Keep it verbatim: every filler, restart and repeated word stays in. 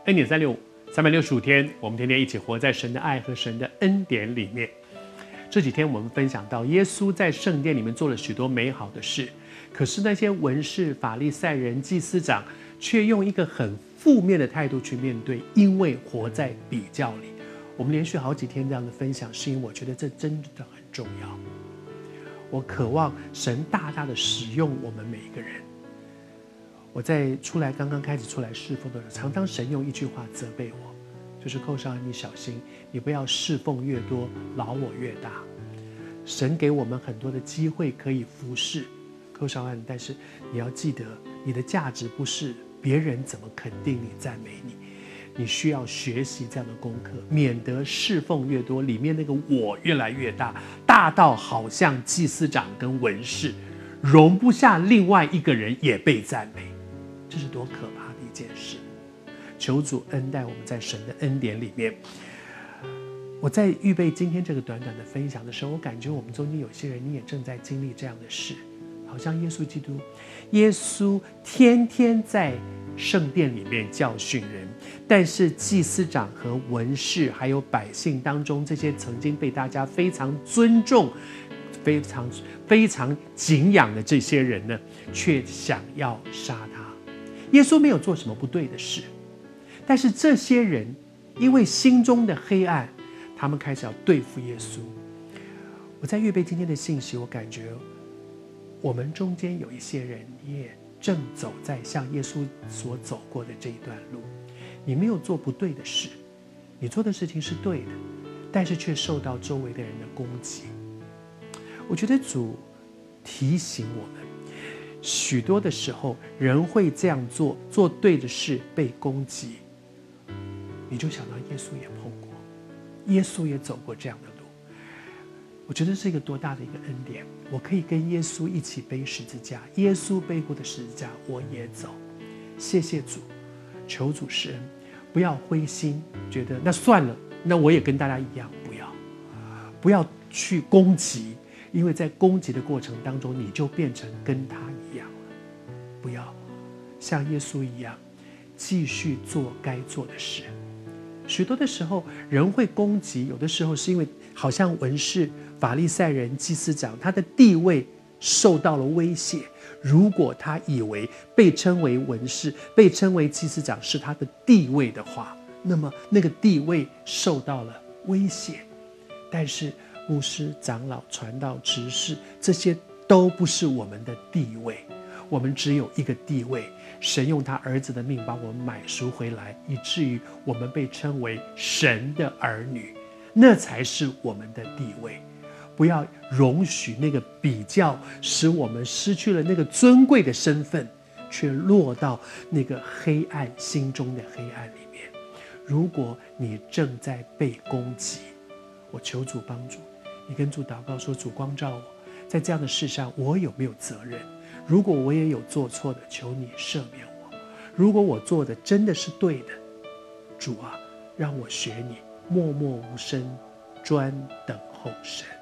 恩典三六五，三百六十五天，我们天天一起活在神的爱和神的恩典里面。这几天我们分享到，耶稣在圣殿里面做了许多美好的事，可是那些文士、法利赛人、祭司长却用一个很负面的态度去面对，因为活在比较里。我们连续好几天这样的分享，是因为我觉得这真的很重要。我渴望神大大的使用我们每一个人。我在出来刚刚开始出来侍奉的时候，常常神用一句话责备我，就是寇少安，你小心，你不要侍奉越多，劳我越大。神给我们很多的机会可以服侍寇少安，但是你要记得，你的价值不是别人怎么肯定你、赞美你，你需要学习这样的功课，免得侍奉越多，里面那个我越来越大，大到好像祭司长跟文士容不下另外一个人也被赞美。这是多可怕的一件事！求主恩待我们在神的恩典里面。我在预备今天这个短短的分享的时候，我感觉我们中间有些人，你也正在经历这样的事，好像耶稣基督，耶稣天天在圣殿里面教训人，但是祭司长和文士还有百姓当中，这些曾经被大家非常尊重、非常非常敬仰的这些人呢，却想要杀他。耶稣没有做什么不对的事，但是这些人因为心中的黑暗，他们开始要对付耶稣。我在预备今天的信息，我感觉我们中间有一些人，你也正走在像耶稣所走过的这一段路。你没有做不对的事，你做的事情是对的，但是却受到周围的人的攻击。我觉得主提醒我们，许多的时候人会这样做，做对的事被攻击，你就想到耶稣也碰过，耶稣也走过这样的路。我觉得是一个多大的一个恩典，我可以跟耶稣一起背十字架，耶稣背过的十字架我也走。谢谢主，求主施恩，不要灰心，觉得那算了，那我也跟大家一样。不要不要去攻击，因为在攻击的过程当中，你就变成跟他一样了。不要像耶稣一样继续做该做的事。许多的时候人会攻击，有的时候是因为好像文士、法利赛人、祭司长，他的地位受到了威胁。如果他以为被称为文士、被称为祭司长是他的地位的话，那么那个地位受到了威胁。但是牧师、长老、传道、执事，这些都不是我们的地位，我们只有一个地位，神用他儿子的命把我们买赎回来，以至于我们被称为神的儿女，那才是我们的地位。不要容许那个比较使我们失去了那个尊贵的身份，却落到那个黑暗心中的黑暗里面。如果你正在被攻击，我求主帮助你，跟主祷告说，主光照我，在这样的事上我有没有责任？如果我也有做错的，求你赦免我。如果我做的真的是对的，主啊，让我学你默默无声，专等候神。